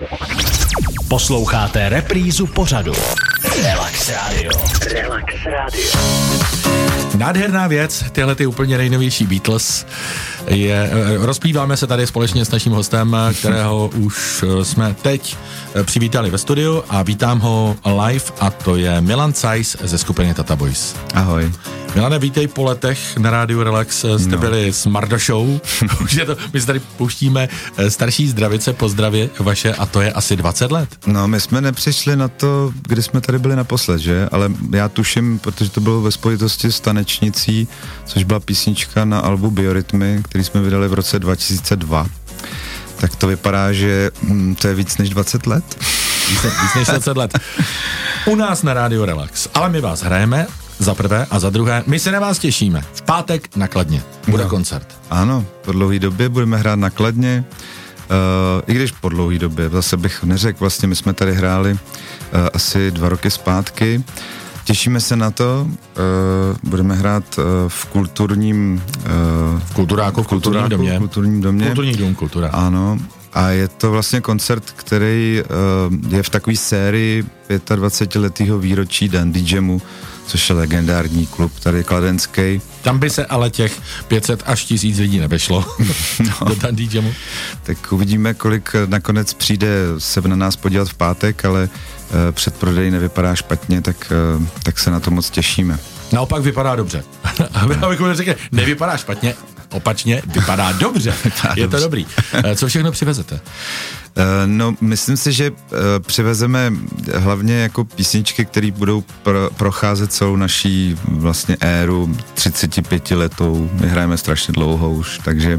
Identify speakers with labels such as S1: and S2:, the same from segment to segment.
S1: Posloucháte reprízu pořadu Relax Radio. Relax Radio.
S2: Nádherná věc, tyhle ty úplně nejnovější Beatles. Rozplýváme se tady společně s naším hostem, kterého už jsme teď přivítali ve studiu a vítám ho live a to je Milan Cajs ze skupiny Tata Boys.
S3: Ahoj.
S2: Milane, vítej po letech na rádiu Relax, jste byli s Mardo Show, už je to, my se tady pouštíme starší zdravice, pozdravě vaše a to je asi 20 let.
S3: No, my jsme nepřišli na to, kdy jsme tady byli naposled, že? Ale já tuším, protože to bylo ve spojitosti s Tanečnicí, což byla písnička na albu Biorytmy, který jsme vydali v roce 2002. Tak to vypadá, že to je víc než 20 let.
S2: Víc než 20 let. U nás na rádiu Relax. Ale my vás hrajeme za prvé a za druhé. My se na vás těšíme. V pátek na Kladně bude koncert.
S3: Ano, po dlouhé době budeme hrát na Kladně. I když po dlouhé době, zase bych neřekl, vlastně my jsme tady hráli asi 2 roky zpátky. Těšíme se na to, budeme hrát v kulturním...
S2: v Kulturáku, v kulturním domě.
S3: Kulturním domě.
S2: Kulturní dům, kultura.
S3: Ano, a je to vlastně koncert, který je v takové sérii 25letého výročí Dandy Jamu, což je legendární klub tady kladenský.
S2: Tam by se ale těch 500 až 1000 lidí nevešlo do Dandy Jamu.
S3: Tak uvidíme, kolik nakonec přijde se na nás podívat v pátek, ale předprodej nevypadá špatně, tak se na to moc těšíme.
S2: Naopak vypadá dobře. Abychom řekli, nevypadá špatně, opačně, vypadá dobře. Je to dobrý. Co všechno přivezete?
S3: No, myslím si, že přivezeme hlavně jako písničky, které budou procházet celou naší vlastně éru 35 letou. My hrajeme strašně dlouho už, takže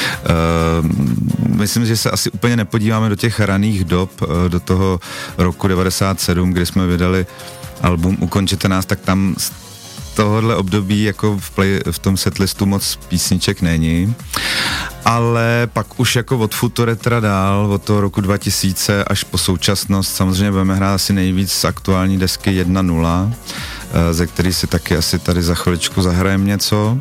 S3: myslím, že se asi úplně nepodíváme do těch raných dob, do toho roku 97, kdy jsme vydali album Ukončete nás, tak tam tohohle období jako v tom setlistu moc písniček není, ale pak už jako od Futuretra dál, od toho roku 2000 až po současnost samozřejmě budeme hrát asi nejvíc aktuální desky 1.0, ze který si taky asi tady za chviličku zahrajeme něco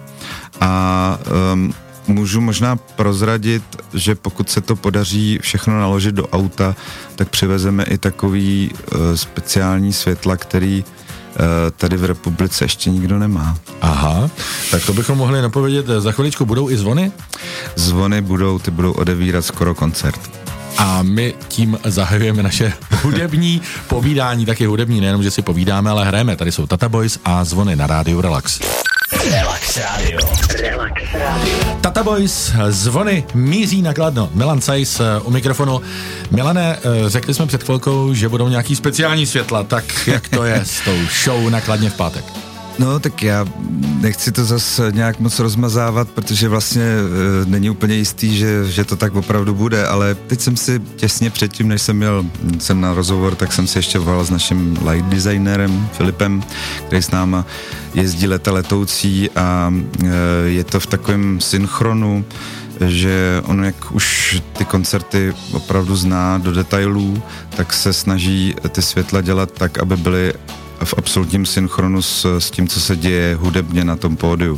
S3: a můžu možná prozradit, že pokud se to podaří všechno naložit do auta, tak přivezeme i takový speciální světla, který tady v republice ještě nikdo nemá.
S2: Aha, tak to bychom mohli napovědět. Za chviličku budou i zvony?
S3: Zvony budou, ty budou odevírat skoro koncert.
S2: A my tím zahajujeme naše hudební povídání, taky hudební, nejenom, že si povídáme, ale hrajeme. Tady jsou Tata Boys a zvony na rádiu Relax.
S1: Relax Radio. Relax Radio.
S2: Tata Boys, zvony míří na Kladno. Milan Cajs u mikrofonu. Milane, řekli jsme před chvilkou, že budou nějaký speciální světla, tak jak to je s tou show na Kladně v pátek?
S3: No, tak já nechci to zase nějak moc rozmazávat, protože vlastně není úplně jistý, že to tak opravdu bude, ale teď jsem si těsně předtím, než jsem jel sem na rozhovor, tak jsem si ještě volal s naším light designerem Filipem, který s náma jezdí leta letoucí a je to v takovém synchronu, že on, jak už ty koncerty opravdu zná do detailů, tak se snaží ty světla dělat tak, aby byly v absolutním synchronu s tím, co se děje hudebně na tom pódiu.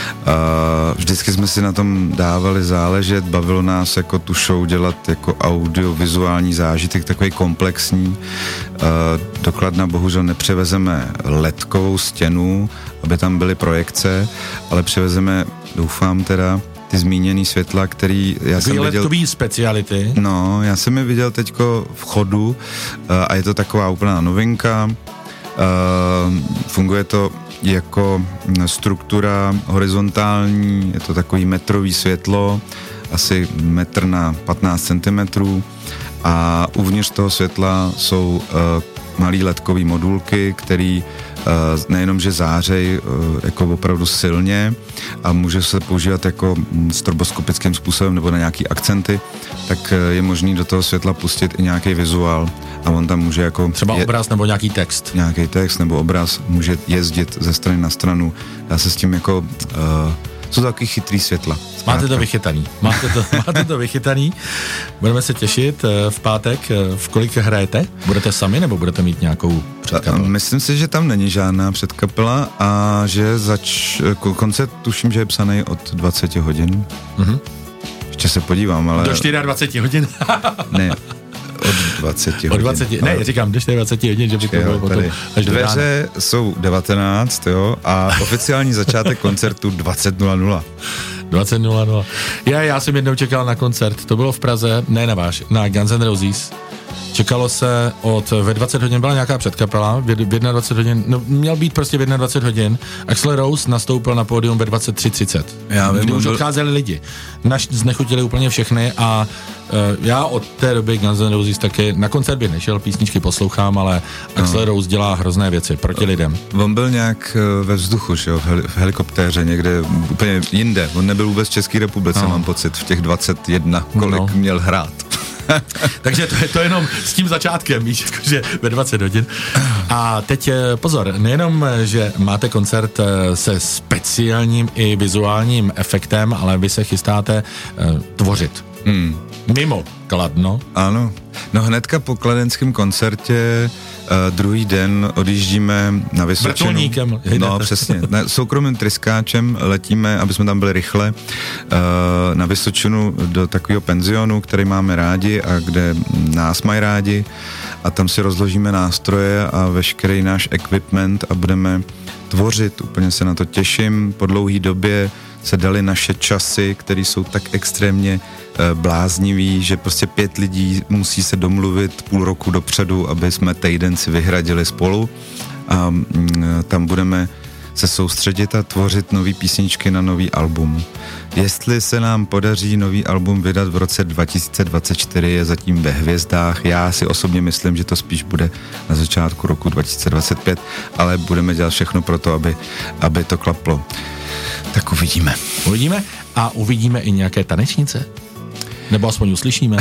S3: Vždycky jsme si na tom dávali záležet, bavilo nás jako tu show dělat jako audiovizuální zážitek, takový komplexní. Do Kladna bohužel nepřevezeme ledkovou stěnu, aby tam byly projekce, ale převezeme, doufám teda, ty zmíněný světla, který já jsem viděl...
S2: ledkový speciality.
S3: No, já jsem je viděl teďko v chodu a je to taková úplná novinka. Funguje to jako struktura horizontální, je to takový metrový světlo, asi 1 na 15 cm a uvnitř toho světla jsou malý ledkový modulky, který nejenom, že zářej jako opravdu silně a může se používat jako stroboskopickým způsobem nebo na nějaký akcenty, tak je možný do toho světla pustit i nějaký vizuál a on tam může jako...
S2: Třeba obraz nebo nějaký text.
S3: Nějaký text nebo obraz může jezdit ze strany na stranu. Dá se s tím jako... jsou to taky chytrý světla.
S2: Máte to vychytaný. Máte to vychytaný. Budeme se těšit v pátek. V kolik hrajete? Budete sami nebo budete mít nějakou předkapelu?
S3: Myslím si, že tam není žádná předkapela a že koncert tuším, že je psaný od 20 hodin. Ještě se podívám, ale...
S2: Do 24 hodin?
S3: Ne. Od 20 hodin.
S2: Od 20, ne, říkám, když to je 20 hodin, že by to bylo potom až do rána.
S3: Dveře jsou 19, jo, a oficiální začátek koncertu 20:00.
S2: 20:00. Já jsem jednou čekal na koncert, to bylo v Praze, ne na váš, na Guns N' Roses. Čekalo se ve 20 hodin, byla nějaká předkapela, v 21 hodin, no měl být prostě v 21 hodin, Axl Rose nastoupil na pódium ve 23:30. Kdy už odcházeli lidi. Znechutili úplně všechny a já od té doby Guns N' Roses taky na koncert bych nešel, písničky poslouchám, ale Axl Rose dělá hrozné věci proti lidem.
S3: On byl nějak ve vzduchu, že jo, v helikoptéře někde úplně jinde, on nebyl vůbec v České republice, mám pocit, v těch 21, kolik měl hrát.
S2: Takže to je jenom s tím začátkem, víš, jakože ve 20 hodin. A teď pozor, nejenom, že máte koncert se speciálním i vizuálním efektem, ale vy se chystáte tvořit. Mimo Kladno.
S3: Ano. No hnedka po kladenském koncertě druhý den odjíždíme na Vysočinu.
S2: Vrtulníkem.
S3: No přesně. Soukromým tryskáčem letíme, aby jsme tam byli rychle, na Vysočinu do takového penzionu, který máme rádi a kde nás mají rádi, a tam si rozložíme nástroje a veškerý náš equipment a budeme tvořit. Úplně se na to těším. Po dlouhé době se dali naše časy, které jsou tak extrémně bláznivý, že prostě 5 lidí musí se domluvit půl roku dopředu, aby jsme týden si vyhradili spolu, a tam budeme se soustředit a tvořit nový písničky na nový album. Jestli se nám podaří nový album vydat v roce 2024, je zatím ve hvězdách. Já si osobně myslím, že to spíš bude na začátku roku 2025, ale budeme dělat všechno pro to, aby to klaplo. Tak uvidíme.
S2: Uvidíme a uvidíme i nějaké tanečnice? Nebo aspoň uslyšíme?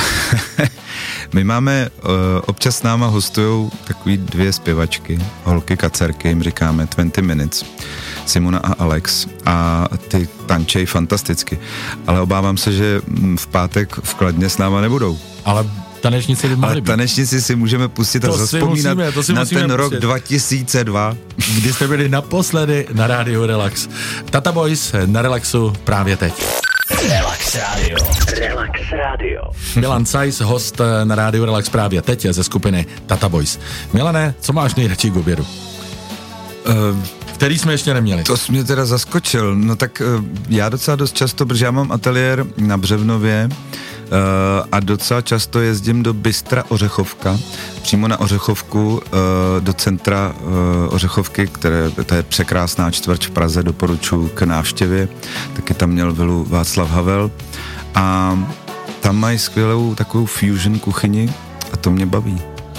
S3: My máme, občas s náma hostujou takový 2 zpěvačky, holky kacerky, jim říkáme 20 Minutes, Simona a Alex, a ty tančej fantasticky, ale obávám se, že v pátek v Kladně s náma nebudou.
S2: Ale tanečnice by mohly být.
S3: Tanečnici si můžeme pustit a zazpomínat na ten rok 2002.
S2: Kdy jste byli naposledy na rádiu Relax. Tata Boys na Relaxu právě teď.
S1: Relax Radio. Relax Radio.
S2: Milan Sajs, host na rádiu Relax právě teď ze skupiny Tata Boys. Milane, co máš nejradši k obědu? Který jsme ještě neměli.
S3: To jsi mě teda zaskočil. No tak já docela dost často, protože já mám ateliér na Břevnově, a docela často jezdím do Bystra Ořechovka, přímo na Ořechovku, do centra Ořechovky, to je překrásná čtvrť v Praze, doporučuji k návštěvě, taky tam měl vilu Václav Havel, a tam mají skvělou takovou fusion kuchyni a to mě baví.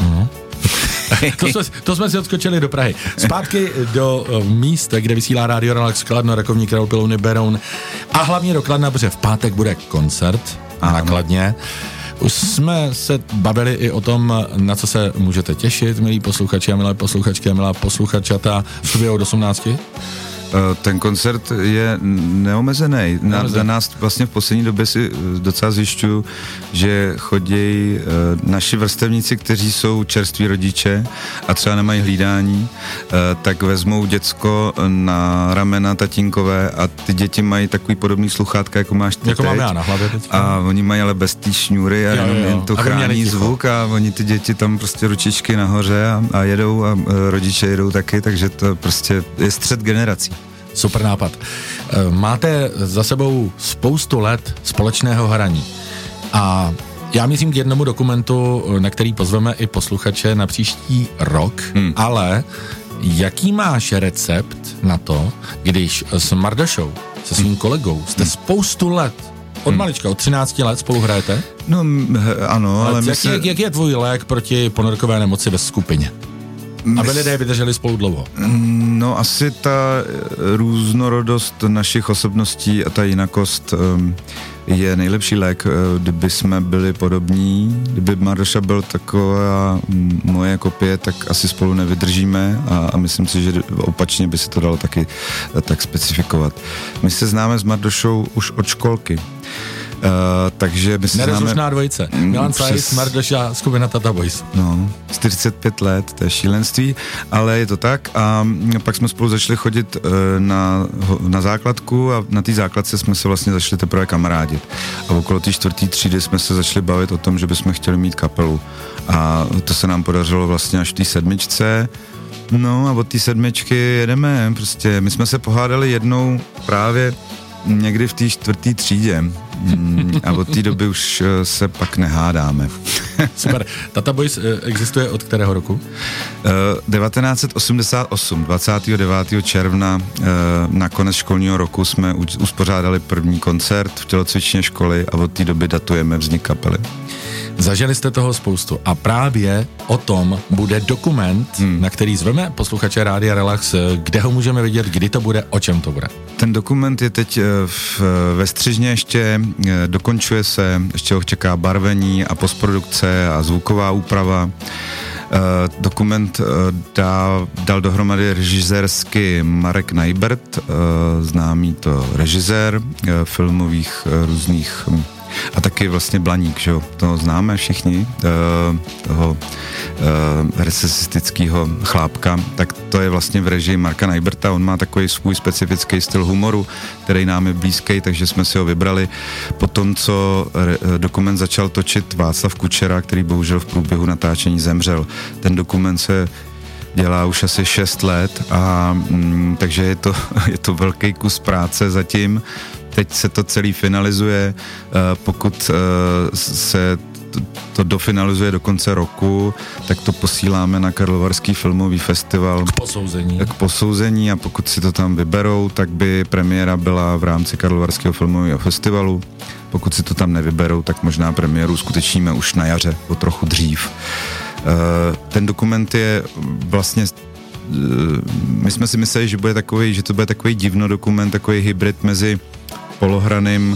S2: To jsme si odskočili do Prahy. Zpátky do místa, kde vysílá rádio Relax Kladno, Rakovník, Král, Pilouny, Beroun a hlavně do Kladna, protože v pátek bude koncert na Kladně. Už jsme se bavili i o tom, na co se můžete těšit, milí posluchači a milé posluchačky a milá posluchačata Studio od 18.
S3: Ten koncert je neomezený. Na nás vlastně v poslední době si docela zjišťuju, že chodí naši vrstevníci, kteří jsou čerství rodiče a třeba nemají hlídání, tak vezmou děcko na ramena tatínkové a ty děti mají takový podobný sluchátka, jako máš ty
S2: jako
S3: teď.
S2: Mám já na hlavě teď.
S3: A oni mají ale bez té šňůry a jen to chrání zvuk a oni ty děti tam prostě ručičky nahoře a jedou a rodiče jedou taky, takže to prostě je střet generací.
S2: Super nápad. Máte za sebou spoustu let společného hraní a já myslím k jednomu dokumentu, na který pozveme i posluchače na příští rok, ale jaký máš recept na to, když s Mardošou, se svým kolegou, jste spoustu let, od malička, od 13 let spolu hrajete?
S3: No ano, ale
S2: jak je tvůj lék proti ponorkové nemoci ve skupině? Aby lidé vydrželi spolu dlouho.
S3: No asi ta různorodost našich osobností a ta jinakost je nejlepší lék, kdyby jsme byli podobní. Kdyby Mardoša byl taková moje kopie, tak asi spolu nevydržíme a myslím si, že opačně by se to dalo taky tak specifikovat. My se známe s Mardošou už od školky. Takže my se
S2: nerozlučná dvojice. Milan Sajs, Mardoša, skupina Tata Boys.
S3: No, 45 let, to je šílenství, ale je to tak a pak jsme spolu začali chodit na základku a na té základce jsme se vlastně začali teprve kamarádit. A okolo té 4. třídy jsme se začali bavit o tom, že bychom chtěli mít kapelu. A to se nám podařilo vlastně až v té 7. No a od té 7 jedeme, prostě my jsme se pohádali jednou právě někdy v té 4. třídě a od té doby už se pak nehádáme.
S2: Super. Tata Boys existuje od kterého roku?
S3: 1988, 29. června na konec školního roku jsme uspořádali první koncert v tělocvičně školy a od té doby datujeme vznik kapely.
S2: Zažili jste toho spoustu a právě o tom bude dokument, na který zveme posluchače Rádia Relax. Kde ho můžeme vidět, kdy to bude, o čem to bude?
S3: Ten dokument je teď ve střižně ještě, dokončuje se, ještě ho čeká barvení a postprodukce a zvuková úprava. Dokument dal dohromady režisérsky Marek Najbert, známý to režisér filmových různých a taky vlastně Blaník, že jo, toho známe všichni, toho recesistického chlápka, tak to je vlastně v režii Marka Najberta, on má takový svůj specifický styl humoru, který nám je blízký, takže jsme si ho vybrali. Potom, co dokument začal točit Václav Kučera, který bohužel v průběhu natáčení zemřel. Ten dokument se dělá už asi 6 let a takže je to velký kus práce zatím. Teď se to celý finalizuje, pokud se to dofinalizuje do konce roku, tak to posíláme na Karlovarský filmový festival. K posouzení a pokud si to tam vyberou, tak by premiéra byla v rámci Karlovarského filmového festivalu. Pokud si to tam nevyberou, tak možná premiéru skutečníme už na jaře, o trochu dřív. Ten dokument je vlastně my jsme si mysleli, že to bude takový divnodokument, takový hybrid mezi polohraným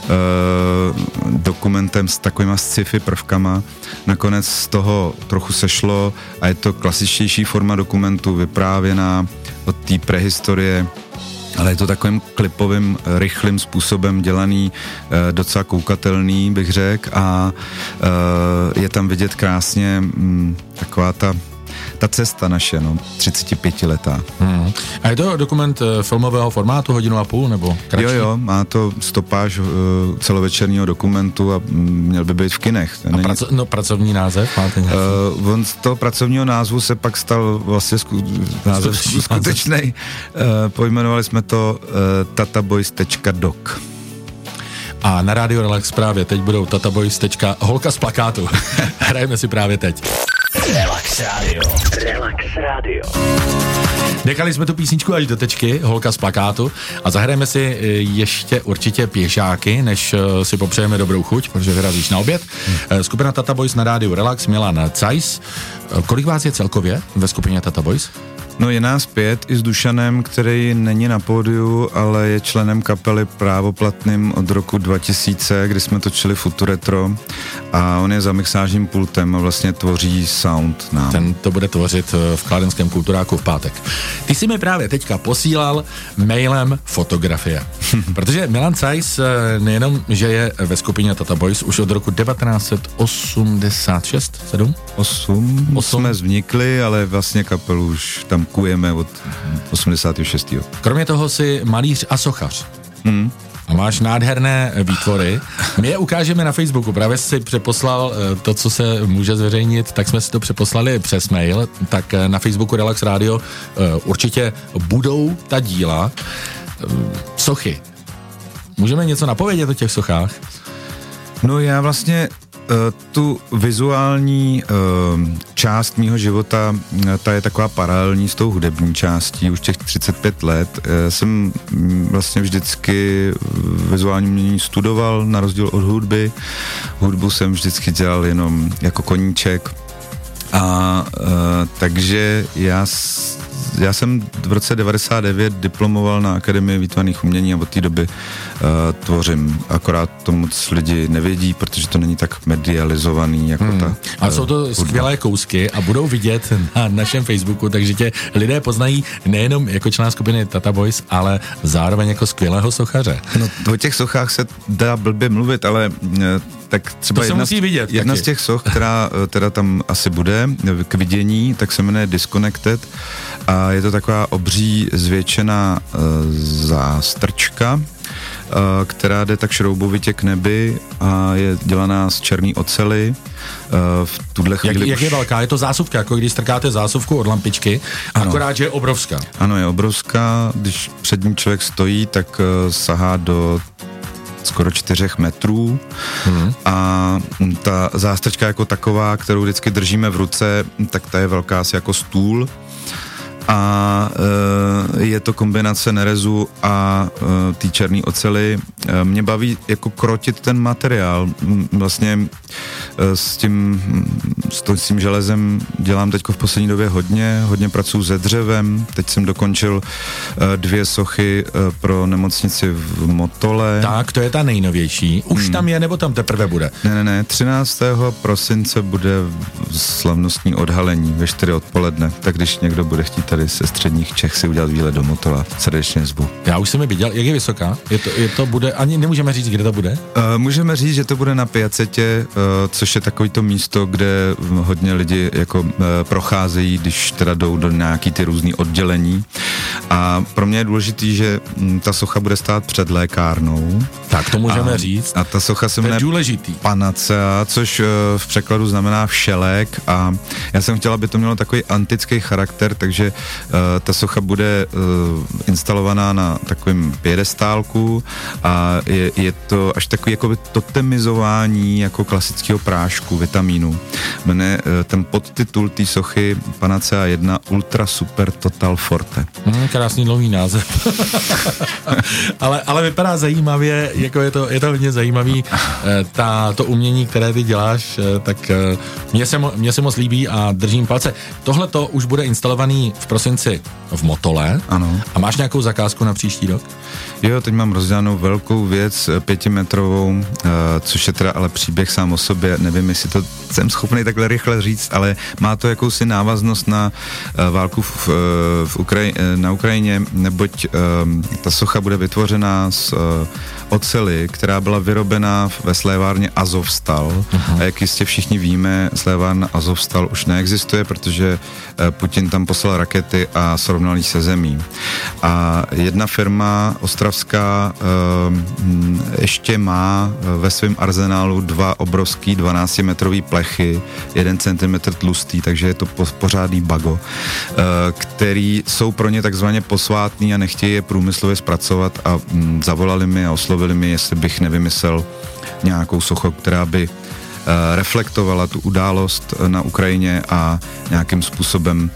S3: dokumentem s takovýma sci-fi prvkama. Nakonec z toho trochu sešlo a je to klasičtější forma dokumentu, vyprávěná od té prehistorie, ale je to takovým klipovým, rychlým způsobem dělaný, docela koukatelný, bych řekl, a je tam vidět krásně taková ta cesta naše, 35letá.
S2: A je to dokument filmového formátu, 1,5 hodiny, nebo kratší?
S3: Jo, má to stopáž celovečerního dokumentu a měl by být v kinech.
S2: Pracovní název máte nějaký?
S3: On z toho pracovního názvu se pak stal vlastně název skutečnej. Pojmenovali jsme to tataboys.doc.
S2: A na Radio Relax právě teď budou tataboys.holka z plakátu. Hrajeme si právě teď.
S1: Relax Radio. Relax Radio.
S2: Nechali jsme tu písničku až do tečky, holka z plakátu, a zahrajeme si ještě určitě pěšáky, než si popřejeme dobrou chuť, protože vyrazíš na oběd. Skupina Tata Boys na rádiu Relax, Milan Cajs. Kolik vás je celkově ve skupině Tata Boys?
S3: No, je nás 5 i s Dušanem, který není na pódiu, ale je členem kapely právoplatným od roku 2000, kdy jsme točili Futuretro, a on je za mixážním pultem a vlastně tvoří sound nám.
S2: Ten to bude tvořit v Kladenském kulturáku v pátek. Ty jsi mi právě teďka posílal mailem fotografie, protože Milan Cajs nejenom, že je ve skupině Tata Boys už od roku 1986, 8
S3: jsme vznikli, ale vlastně kapelu už tam kujeme od 86.
S2: Kromě toho jsi malíř a sochař. A máš nádherné výtvory. My je ukážeme na Facebooku. Právě jsi přeposlal to, co se může zveřejnit, tak jsme si to přeposlali přes mail. Tak na Facebooku Relax Radio určitě budou ta díla. Sochy. Můžeme něco napovědět o těch sochách?
S3: No, já vlastně tu vizuální část mýho života, ta je taková paralelní s tou hudební částí. Už těch 35 let jsem vlastně vždycky vizuální umění studoval, na rozdíl od hudby. Hudbu jsem vždycky dělal jenom jako koníček. A takže já jsem v roce 99 diplomoval na Akademii výtvarných umění a od té doby tvořím. Akorát to moc lidi nevědí, protože to není tak medializovaný jako ta
S2: ale jsou to hudba. Skvělé kousky a budou vidět na našem Facebooku, takže tě lidé poznají nejenom jako člena skupiny Tata Boys, ale zároveň jako skvělého sochaře.
S3: No, o těch sochách se dá blbě mluvit, ale tak třeba jedna z těch soch, která teda tam asi bude k vidění, tak se jmenuje Disconnected a je to taková obří zvětšená zástrčka která jde tak šroubovitě k nebi a je dělaná z černý oceli. V tuhle chvíli
S2: jak je velká? Je to zásuvka, jako když strkáte zásuvku od lampičky, ano. Akorát, že je obrovská.
S3: Ano, je obrovská. Když před ním člověk stojí, tak sahá do skoro 4 metrů a ta zástrčka jako taková, kterou vždycky držíme v ruce, tak ta je velká asi jako stůl a je to kombinace nerezu a té černé oceli. Mě baví jako krotit ten materiál. Vlastně s tím železem dělám teďko v poslední době hodně pracuji se dřevem. Teď jsem dokončil 2 sochy pro nemocnici v Motole.
S2: Tak, to je ta nejnovější. Už tam je, nebo tam teprve bude?
S3: Ne, 13. prosince bude slavnostní odhalení ve 4 odpoledne, tak když někdo bude chtít tady ze středních Čech si udělat výlet do Motola, srdečně zvu.
S2: Já už jsem ji viděl, jak je vysoká? Je to bude, ani nemůžeme říct, kde to bude?
S3: Můžeme říct, že to bude na Piacetě, což je takovýto místo, kde hodně lidi jako procházejí, když teda jdou do nějaký ty různý oddělení. A pro mě je důležitý, že ta socha bude stát před lékárnou.
S2: Tak to můžeme říct.
S3: A ta socha se jmenuje Panacea, což v překladu znamená všelék, a já jsem chtěla, aby to mělo takový antický charakter, takže ta socha bude instalovaná na takovém piedestálku a je to až takový jako totemizování jako klasického prášku, vitamínu. Jmenuje ten podtitul té sochy Panacea 1 Ultra Super Total Forte.
S2: Krásný dlouhý název. ale vypadá zajímavě, jako je to hodně zajímavý. To umění, které ty děláš, tak mně se moc líbí a držím palce. Tohle to už bude instalovaný v prosinci v Motole.
S3: Ano.
S2: A máš nějakou zakázku na příští rok?
S3: Jo, teď mám rozdělanou velkou věc, 5metrovou, což je teda ale příběh sám o sobě. Nevím, jestli to jsem schopný takhle rychle říct, ale má to jakousi návaznost na válku na Ukrajině, neboť ta socha bude vytvořená z oceli, která byla vyrobena ve slévárně Azovstal. A jak jistě všichni víme, slévárna Azovstal už neexistuje, protože Putin tam poslal rakety a srovnal jí se zemí. A jedna firma ostravská ještě má ve svém arzenálu 2 obrovský 12metrový plechy, 1 centimetr tlustý, takže je to pořádný bago, který jsou pro ně takzvaně posvátný a nechtějí je průmyslově zpracovat a zavolali mi a oslovili mi, jestli bych nevymyslel nějakou sochu, která by reflektovala tu událost na Ukrajině a nějakým způsobem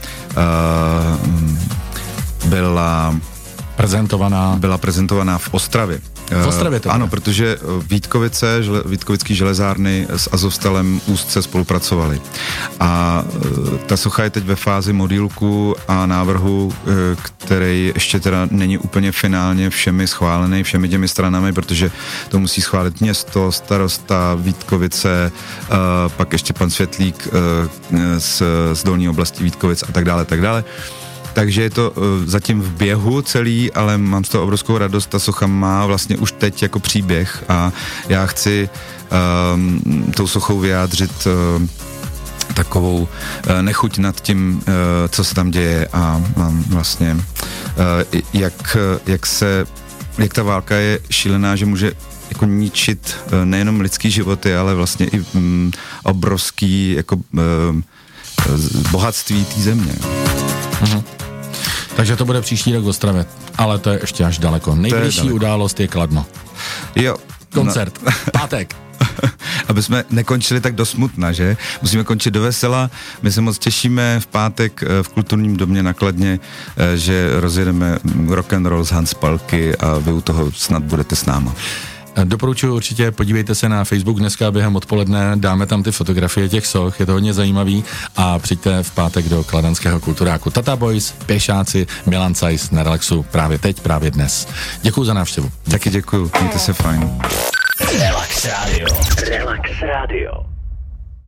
S3: byla prezentovaná v Ostravě.
S2: V Ostravě to?
S3: Ano, protože Vítkovický železárny s Azovstalem úzce spolupracovali. A ta socha je teď ve fázi modílku a návrhu, který ještě teda není úplně finálně všemi schválený, všemi těmi stranami, protože to musí schválit město, starosta, Vítkovice, pak ještě pan Světlík z dolní oblasti Vítkovic a tak dále. Takže je to zatím v běhu celý, ale mám z toho obrovskou radost. Ta socha má vlastně už teď jako příběh a já chci tou sochou vyjádřit takovou nechuť nad tím, co se tam děje a vlastně jak ta válka je šílená, že může jako ničit nejenom lidský životy, ale vlastně i obrovský jako bohatství té země.
S2: Takže to bude příští rok v Ostravě, ale to je ještě až daleko. Nejbližší událost je Kladno.
S3: Jo.
S2: Koncert. Pátek.
S3: Aby jsme nekončili tak do smutna, že? Musíme končit do vesela. My se moc těšíme v pátek v Kulturním domě na Kladně, že rozjedeme rock and roll z Hans Palky a vy u toho snad budete s náma.
S2: Doporučuji určitě, podívejte se na Facebook dneska během odpoledne, dáme tam ty fotografie těch soch, je to hodně zajímavý a přijďte v pátek do kladenského kulturáku Tata Boys, Pěšáci, Milan Cajs na Relaxu právě teď, právě dnes. Děkuju za návštěvu.
S3: Taky děkuju, mějte se fajn.
S1: Relax Radio.